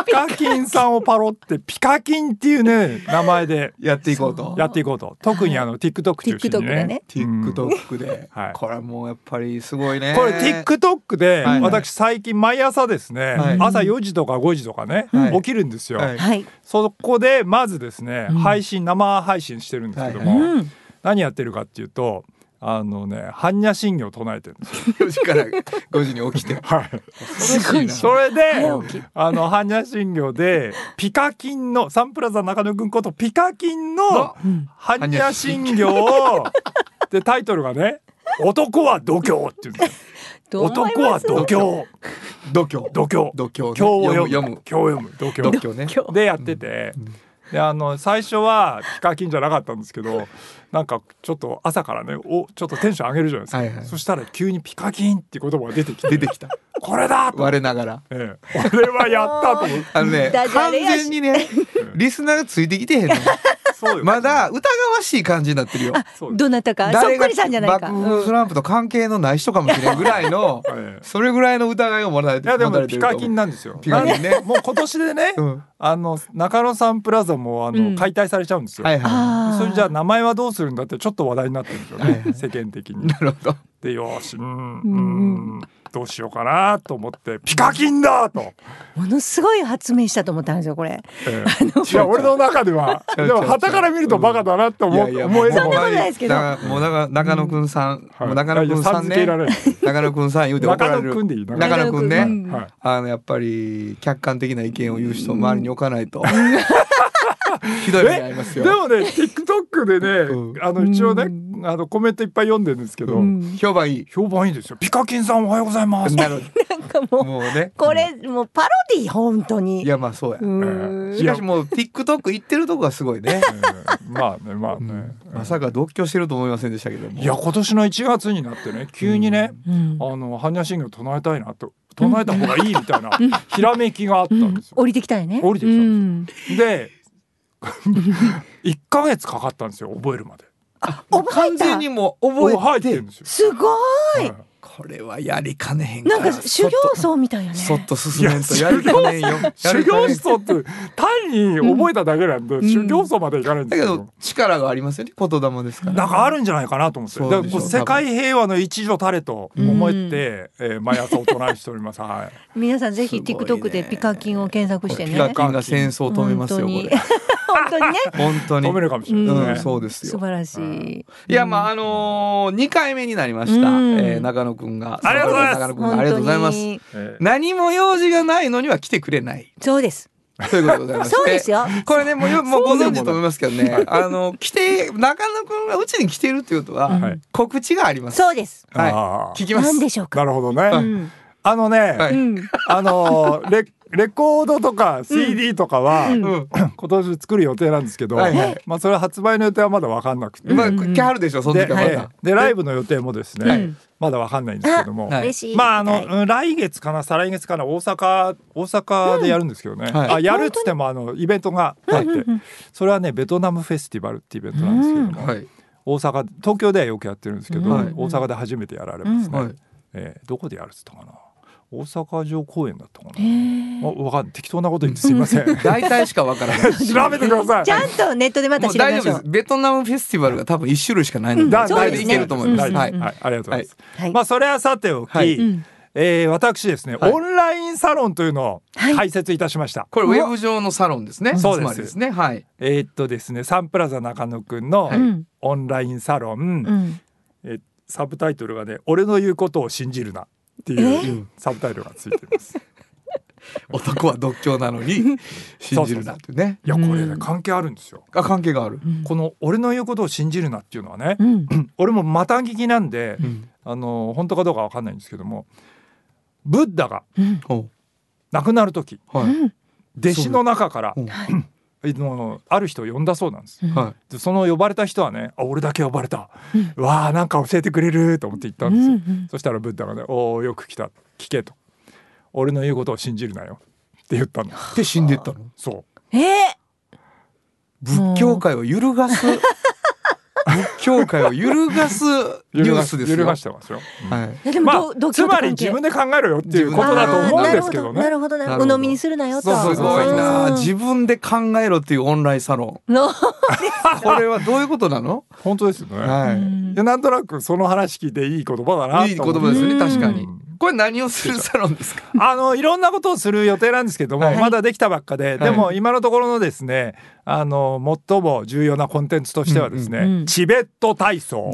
カキンさんをパロってピカキンっていうね名前でやっていこうと。 特にTikTok 中心にね TikTok で、 はい、 これはもうやっぱりすごいね。 これ TikTok で、 はい、 私最近毎朝ですね、はい、朝4時とか5時とかね、はい、起きるんですよ、はい、そこでまずですね、生配信してるんですけども、はい、何やってるかっていうと般若心経を唱えてるんですよ。 4時から5時に起きて、 はい、すごいな。それで般若心経でピカキンのサンプラザ中野くんことピカキンの般若心経をでタイトルがね男は度胸っていうんですよ。男は度胸経を読む度胸ねでやってて、で最初はピカキンじゃなかったんですけど、なんかちょっと朝からねちょっとテンション上げるじゃないですか、はいはい、そしたら急にピカキンっていう言葉が出てきたこれだと我ながら、 俺はやったと思って完全にねリスナーがついてきてへんのまだ疑わしい感じになってるよ。 どなたかそっくりさんじゃないか、 幕府スランプと関係のない人かもしれんぐらいのそれぐらいの疑いを持たれてる。 いやでもピカキンなんですよ。ピカキンねもう今年でね、中野サンプラザも解体されちゃうんですよ、はいはい、それじゃあ名前はどうするんだってちょっと話題になってるんですよね、はいはい、世間的に。 なるほど。 でよしどうしようかなと思ってピカキンだとものすごい発明したと思ったんですよこれ、 いや俺の中ではでも旗から見るとバカだなって思える。 そんなことないですけどもう中野くんさん、中野くんさんね中野くんさん言うて怒られる。中野くんね、やっぱり客観的な意見を言う人を周りに置かないとひどい目に遭いますよ。 でもね TikTok でね、一応ねコメントいっぱい読んでるんですけど、 評判いいですよ。ピカキンさんおはようございます。 なんかもうねこれもうパロディ本当に。 いやまあそうや、しかしもう TikTok 行ってるとこがすごいねまあねまさか独居してると思いませんでしたけども。 いや今年の1月になってね急にね、般若心経唱えたいなと唱えた方がいいみたいなひらめきがあったんですよ。 降りてきたよね。 降りてきたんですよ、で1ヶ月かかったんですよ覚えるまで。 完全にもう覚えてるんですよ。 すごい、 これはやりかねへんから。 なんか修行僧みたいよね。 そっと進めんとやりかねんよ。 修行僧って単に覚えただけなんで、修行僧までいかないんですけど、 だけど力がありますよね。言霊ですから。 なんかあるんじゃないかなと思って。だから世界平和の一助たれと思って毎朝お唱えしております。はい。 皆さんぜひ TikTok でピカキンを検索してね。 ピカキンが戦争を止めますよこれ。 本当にね。 本当に止めるかもしれない。 そうですよ。 素晴らしい。 いやまあ2回目になりました。中野くんが。 ありがとうございます。 ありがとうございます。何も用事がないのには来てくれない。 そうです。 そういうことでございます。 そうですよ。 これねもうご存知と思いますけどね。来て中野くんがうちに来てるっていうことは告知があります。 そうです。 はい。聞きます。 何でしょうか。 なるほどね。レコードとか CD とかは今年作る予定なんですけど、まあそれは発売の予定はまだ分かんなくて、 まあ来はるでしょその時はまだ。 でライブの予定もですねまだ分かんないんですけども、まあ来月かな再来月かな大阪でやるんですけどね、やるっつってもイベントがあって、それはねベトナムフェスティバルっていうイベントなんですけども、東京ではよくやってるんですけど、大阪で初めてやられますね。どこでやるっつったかな。大阪城公園だったかな。わかんない適当なこと言ってすいません。 大体しかわからない。 調べてください。 ちゃんとネットでまた調べましょう。 ベトナムフェスティバルが多分1種類しかないので、大体いけると思います。はい、 ありがとうございます。まあそれはさておき、私ですね、オンラインサロンというのを開設いたしました。 これウェブ上のサロンですね。 そうですね。はい。 ですね、サンプラザ中野くんのオンラインサロン、サブタイトルがね、俺の言うことを信じるな。っていうサブタイトルがついています。 男は独協なのに信じるなってね。 いやこれね関係あるんですよ。 関係がある。 この俺の言うことを信じるなっていうのはね、俺もまた聞きなんで本当かどうかわかんないんですけども、ブッダが亡くなる時、弟子の中からある人を呼んだそうなんです、でその呼ばれた人はね、俺だけ呼ばれた、わあなんか教えてくれると思って言ったんですよ、そしたらブッダがね、おーよく来た、聞けと、俺の言うことを信じるなよって言ったの。 で死んでったの。 そう、 仏教界を揺るがす仏教界を揺るがすニュースですよ。 揺るがしてますよ。 はい。 でもつまり自分で考えろよっていうことだと思うんですけどね。 なるほど鵜呑みにするなよと。 すごいな。自分で考えろっていうオンラインサロン。これはどういうことなの？ 本当ですよね。 はい。 でなんとなくその話聞いていい言葉だなと。 いい言葉ですよね、確かに。これ何をするサロンですか？ いろんなことをする予定なんですけども、はい、まだできたばっかで、でも今のところのですね、最も重要なコンテンツとしてはですね、チベット体操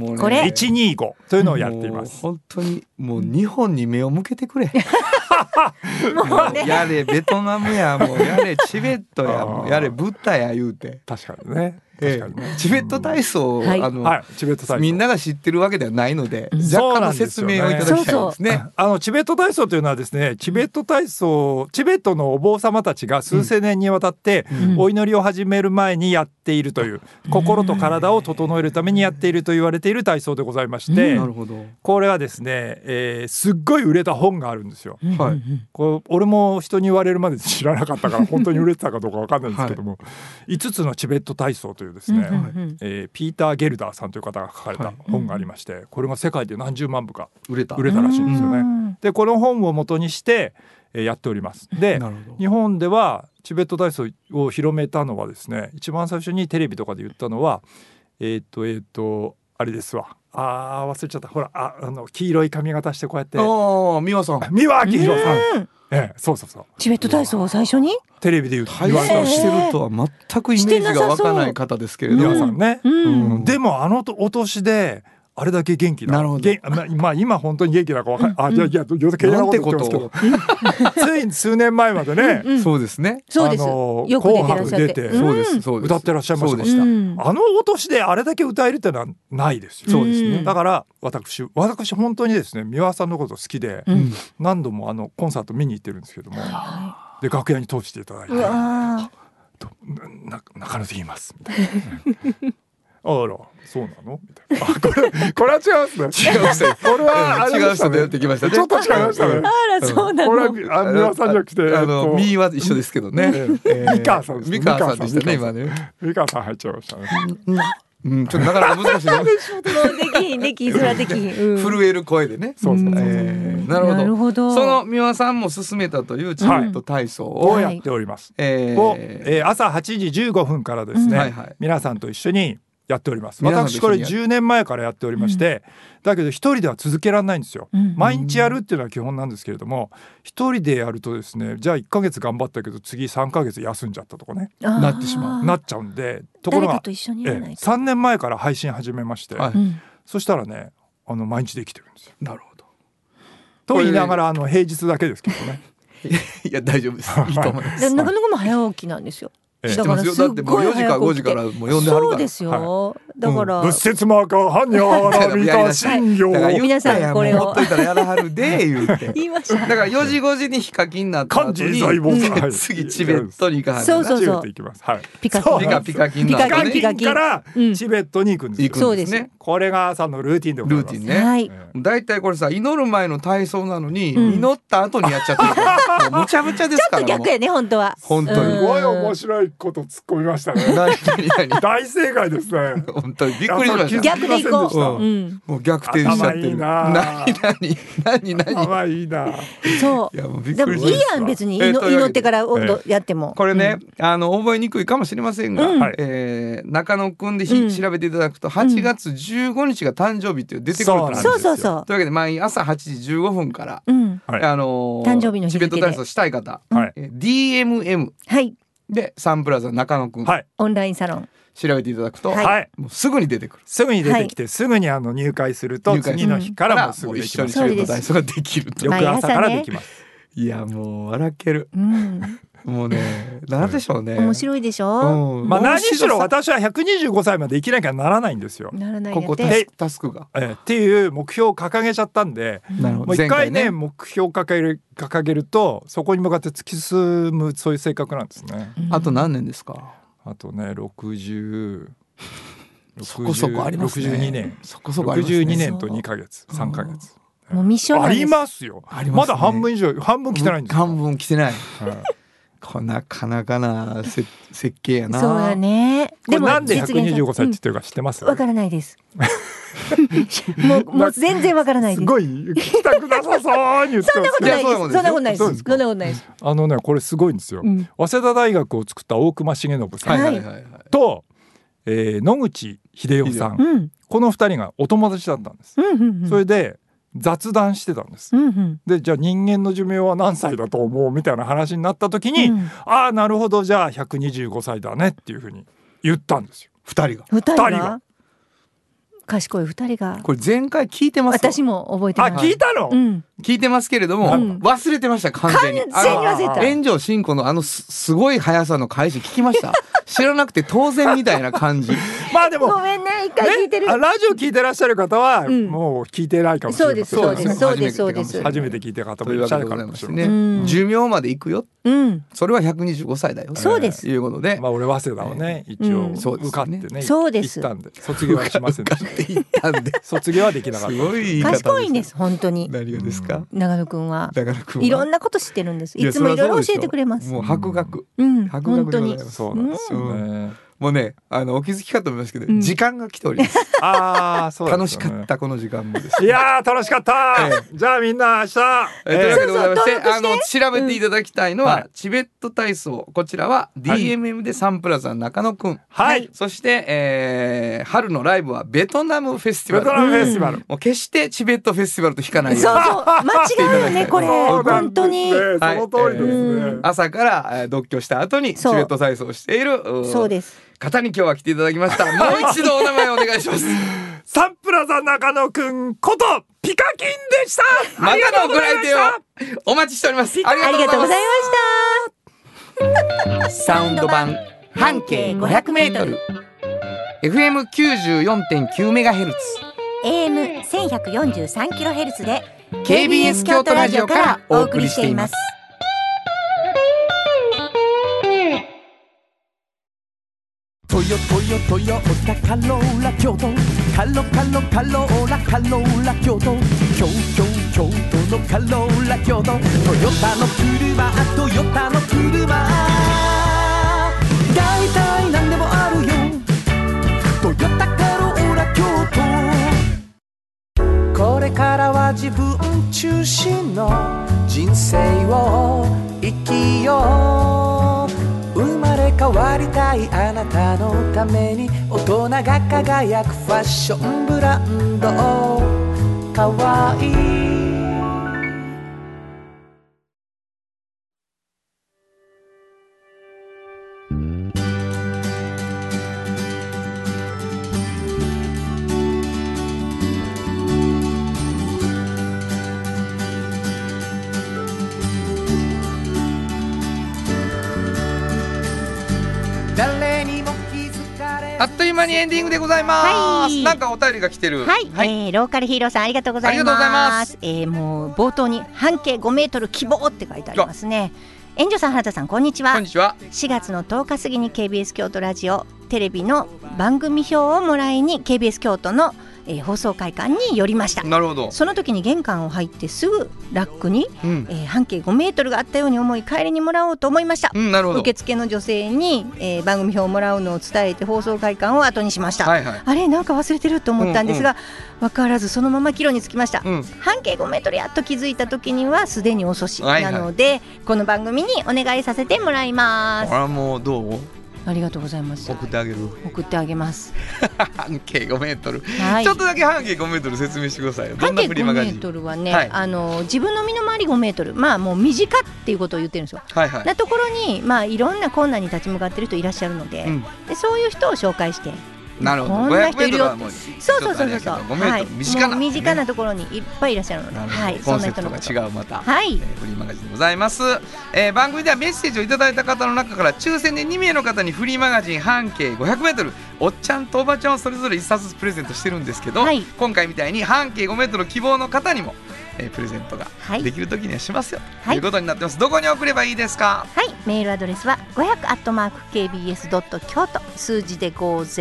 125というのをやっています。 本当にもう日本に目を向けてくれ。もうやれベトナムや、もうやれチベットや、もうやれブッダや言うて。 確かにね。 チベット体操、 チベット体操みんなが知ってるわけではないので、若干の説明をいただきたいですね。 チベット体操というのはですね、チベット体操、チベットのお坊様たちが数千年にわたってお祈りを始める前にやっているという、心と体を整えるためにやっていると言われている体操でございまして、これはですね、すっごい売れた本があるんですよ。これ俺も人に言われるまで知らなかったから本当に売れてたかどうか分かんないんですけども、5つのチベット体操というですね、ピーター・ゲルダーさんという方が書かれた本がありまして、これが世界で何十万部か売れたらしいんですよね。でこの本を元にしてやっております。で日本ではチベット体操を広めたのはですね、一番最初にテレビとかで言ったのはあれですわ、忘れちゃった、ほら黄色い髪型してこうやって三輪さん、 三輪明宏さん、そうチベット体操を最初にテレビで言う体操してるとは全くイメージが湧かない方ですけれども、 皆さんね、でもお年であれだけ元気な。今本当に元気だか分かんない。いや余計なこと言ってますけど、つい数年前までね、 そうですね、 よく紅白出て歌ってらっしゃいました。お年であれだけ歌えるってのはないですよ。 そうですね。 だから私本当にですね、三輪さんのこと好きで何度もコンサート見に行ってるんですけども、で楽屋に通していただいて、中野で言いますみたいな。あら、そうなのみたいな。これは違うんですね。違う人、これは違う人でやってきましたね。 ちょっと違いましたね。 あら、そうなの。 これは三輪さんじゃなくて、 ミーは一緒ですけどね。 ミカさんです。 ミカさんでしたね、今ね。 ミカさん入っちゃいましたね。 ちょっとなかなか難しいね。 もうできそれはでき震える声でね。そうなるほど。その三輪さんも勧めたというチベット体操をやっております。朝8時15分からですね、皆さんと一緒にやっております。私これ10年前からやっておりまして、だけど一人では続けられないんですよ。毎日やるっていうのは基本なんですけれども、一人でやるとですね、じゃあ1ヶ月頑張ったけど次3ヶ月休んじゃったとかね、なっちゃうんで、ところが3年前から配信始めまして、そしたらね、毎日できてるんですよ。 なるほど。 と言いながら平日だけですけどね。 いや大丈夫です。いいと思います。 なかなかも早起きなんですよ。 だからだってもう4時か5時からもう呼んではるから。 そうですよ。だから仏説マーカー般若波羅蜜多心経。 皆さんこれをほっといたらやらはるで言うて。 言いました。 だから4時5時にヒカキンになった後に次チベットに行かはる。 そう。 ピカキンからチベットに行くんですよ。 そうですね。 これが朝のルーティンでございます。 ルーティンね。だいたいこれさ、祈る前の体操なのに祈った後にやっちゃってるから、もうむちゃむちゃですから。 ちょっと逆やね、本当は。 本当に。 すごい面白いこと突っ込みましたね。大正解ですね。 本当にびっくりしました。 逆でいこう。 もう逆転しちゃってる。何頭いいな。 そう。でもいいやん、別に祈ってからやっても。 これね、覚えにくいかもしれませんが、中野くんで調べていただくと8月15日が誕生日って出てくると思うんですよ。 そう。 というわけで毎朝8時15分から誕生日の日チベット体操したい方、DMM でサンプラザ中野くんオンラインサロン調べていただくと、もうすぐに出てくる。 すぐに出てきて、すぐに入会すると次の日からもすぐできます。 一緒にチベット体操ができると。 翌朝からできます。 いやもう笑ける。もうね、なんでしょうね。 面白いでしょ。 何しろ私は125歳まで生きなきゃならないんですよ。 ここタスクがっていう目標を掲げちゃったんで、もう一回ね目標を掲げるとそこに向かって突き進む、そういう性格なんですね。 あと何年ですか？ あとね60 そこそこありますね。 62年そこそこありますね。 62年と2ヶ月3ヶ月もうミッションありますよ。まだ半分以上、半分来てないんですよ。 半分来てない。 こなかなかな設計やな。 そうやね。 でもなんで125歳って言ってるか知ってます？ わからないです。もう全然わからないです。 すごい聞きたくなさそうに言ってます。 そんなことないです。そんなことないです。そんなことないです。 ねこれすごいんですよ。早稲田大学を作った大隈重信さんと野口英世さん、この2人がお友達だったんです。それで雑談してたんです。でじゃあ人間の寿命は何歳だと思うみたいな話になった時に、ああなるほどじゃあ125歳だねっていうふうに言ったんですよ。2人が賢い2人が。 これ前回聞いてます。 私も覚えてます。 聞いたの？ 聞いてますけれども、忘れてました。完全に忘れた。 炎上真子のすごい速さの開始聞きました。知らなくて当然みたいな感じ。 まあでもごめんね、一回聞いてる。 ラジオ聞いてらっしゃる方はもう聞いてないかもしれない。 そうです。 初めて聞いてる方もいらっしゃるからね。寿命まで行くよ。それは125歳だよ。 そうです。 いうことで、 まあ俺早稲田をね一応受かってね。 そうです。 行ったんで卒業はしませんでした。卒業はできなかった。 賢いんです本当に。 何がですか？ 長野くんはいろんなこと知ってるんです。いつもいろいろ教えてくれます。 もう博学。 本当にそうなんですよね。 もうねお気づきかと思いますけど、時間が来ております。そう楽しかったこの時間もです。 いや楽しかった。じゃあみんな明日というわけでございまして調べていただきたいのはチベット体操。こちらは DMM でサンプラザ中野くん。そして春のライブはベトナムフェスティバル。もう決してチベットフェスティバルと引かないように。 間違いよねこれ本当に。 その通りですね。 朝から独居した後にチベット体操をしているそうです方に今日は来ていただきました。もう一度お名前をお願いします。 サンプラザ中野くんことピカキンでした。 またのご来店をお待ちしております。ありがとうございました。サウンド版半径500メートル FM94.9 メガヘルツ AM1143 キロヘルツで KBS 京都ラジオからお送りしています。 トヨタカローラ京都カローラ京都京都のカローラ京都トヨタの車だいたいなんでもあるよトヨタカローラ京都。これからは自分中心の人生を生きよう。生まれ変わりたいあなたのために大人が輝くファッションブランドかわいい。 あっという間にエンディングでございます。なんかお便りが来てる。 ローカルヒーローさんありがとうございます。もう冒頭に半径5メートル希望って書いてありますね。援助さん原田さんこんにちは。 こんにちは。 4月の10日過ぎに KBS 京都ラジオテレビの番組表をもらいに KBS 京都の放送会館に寄りました。 なるほど。 その時に玄関を入ってすぐラックに、半径5メートルがあったように思い帰りにもらおうと思いました。 なるほど。 受付の女性に、番組表をもらうのを伝えて放送会館を後にしました。あれなんか忘れてると思ったんですが、分からずそのまま帰路に着きました。半径5メートルやっと気づいた時にはすでに遅しなので、この番組にお願いさせてもらいます。 もうどう？ ありがとうございます。 送ってあげる。 送ってあげます。 半径5メートル、ちょっとだけ半径5メートル説明してくださいよ。どんなフリーマガジン？ 半径5メートルはね、自分の身の回り5メートル、もう身近っていうことを言ってるんですよ。なところにいろんな困難に立ち向かっている人いらっしゃるので、でそういう人を紹介して。 なるほど。 こんな人いるよ。そう 5メートル身近なところにいっぱいいらっしゃるので、 コンセプトが違うまたフリーマガジンでございます。番組ではメッセージをいただいた方の中から抽選で2名の方にフリーマガジン半径500メートルおっちゃんとおばちゃんをそれぞれ1冊ずつプレゼントしてるんですけど、 はい、 今回みたいに半径5メートル希望の方にもプレゼントができる時にはしますよ、ということになってます。どこに送ればいいですか？ はい、メールアドレスは 500@kbs.kyoto 数字で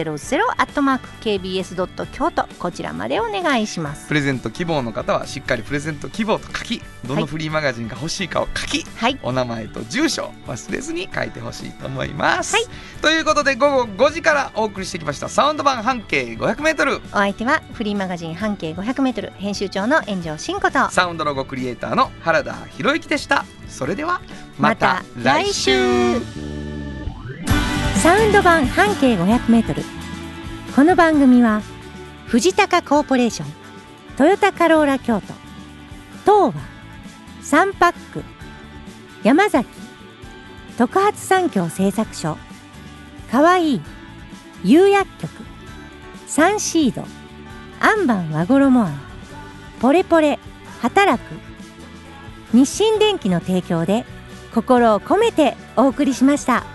500@kbs.kyoto こちらまでお願いします。 プレゼント希望の方はしっかりプレゼント希望と書き、どのフリーマガジンが欲しいかを書き、はい、お名前と住所を忘れずに書いてほしいと思います、はい、ということで午後5時からお送りしてきましたサウンド版半径 500m。 お相手はフリーマガジン半径 500m 編集長の炎上真子とサウンドロゴクリエイターの原田博之でした。それではまた来週。 サウンド版半径 500m。 この番組は藤高コーポレーション、トヨタカローラ京都、東和、サンパック、山崎、特発産業製作所、かわいい、釉薬局、サンシード、アンバン和衣あん、ポレポレ働く、日清電機の提供で心を込めてお送りしました。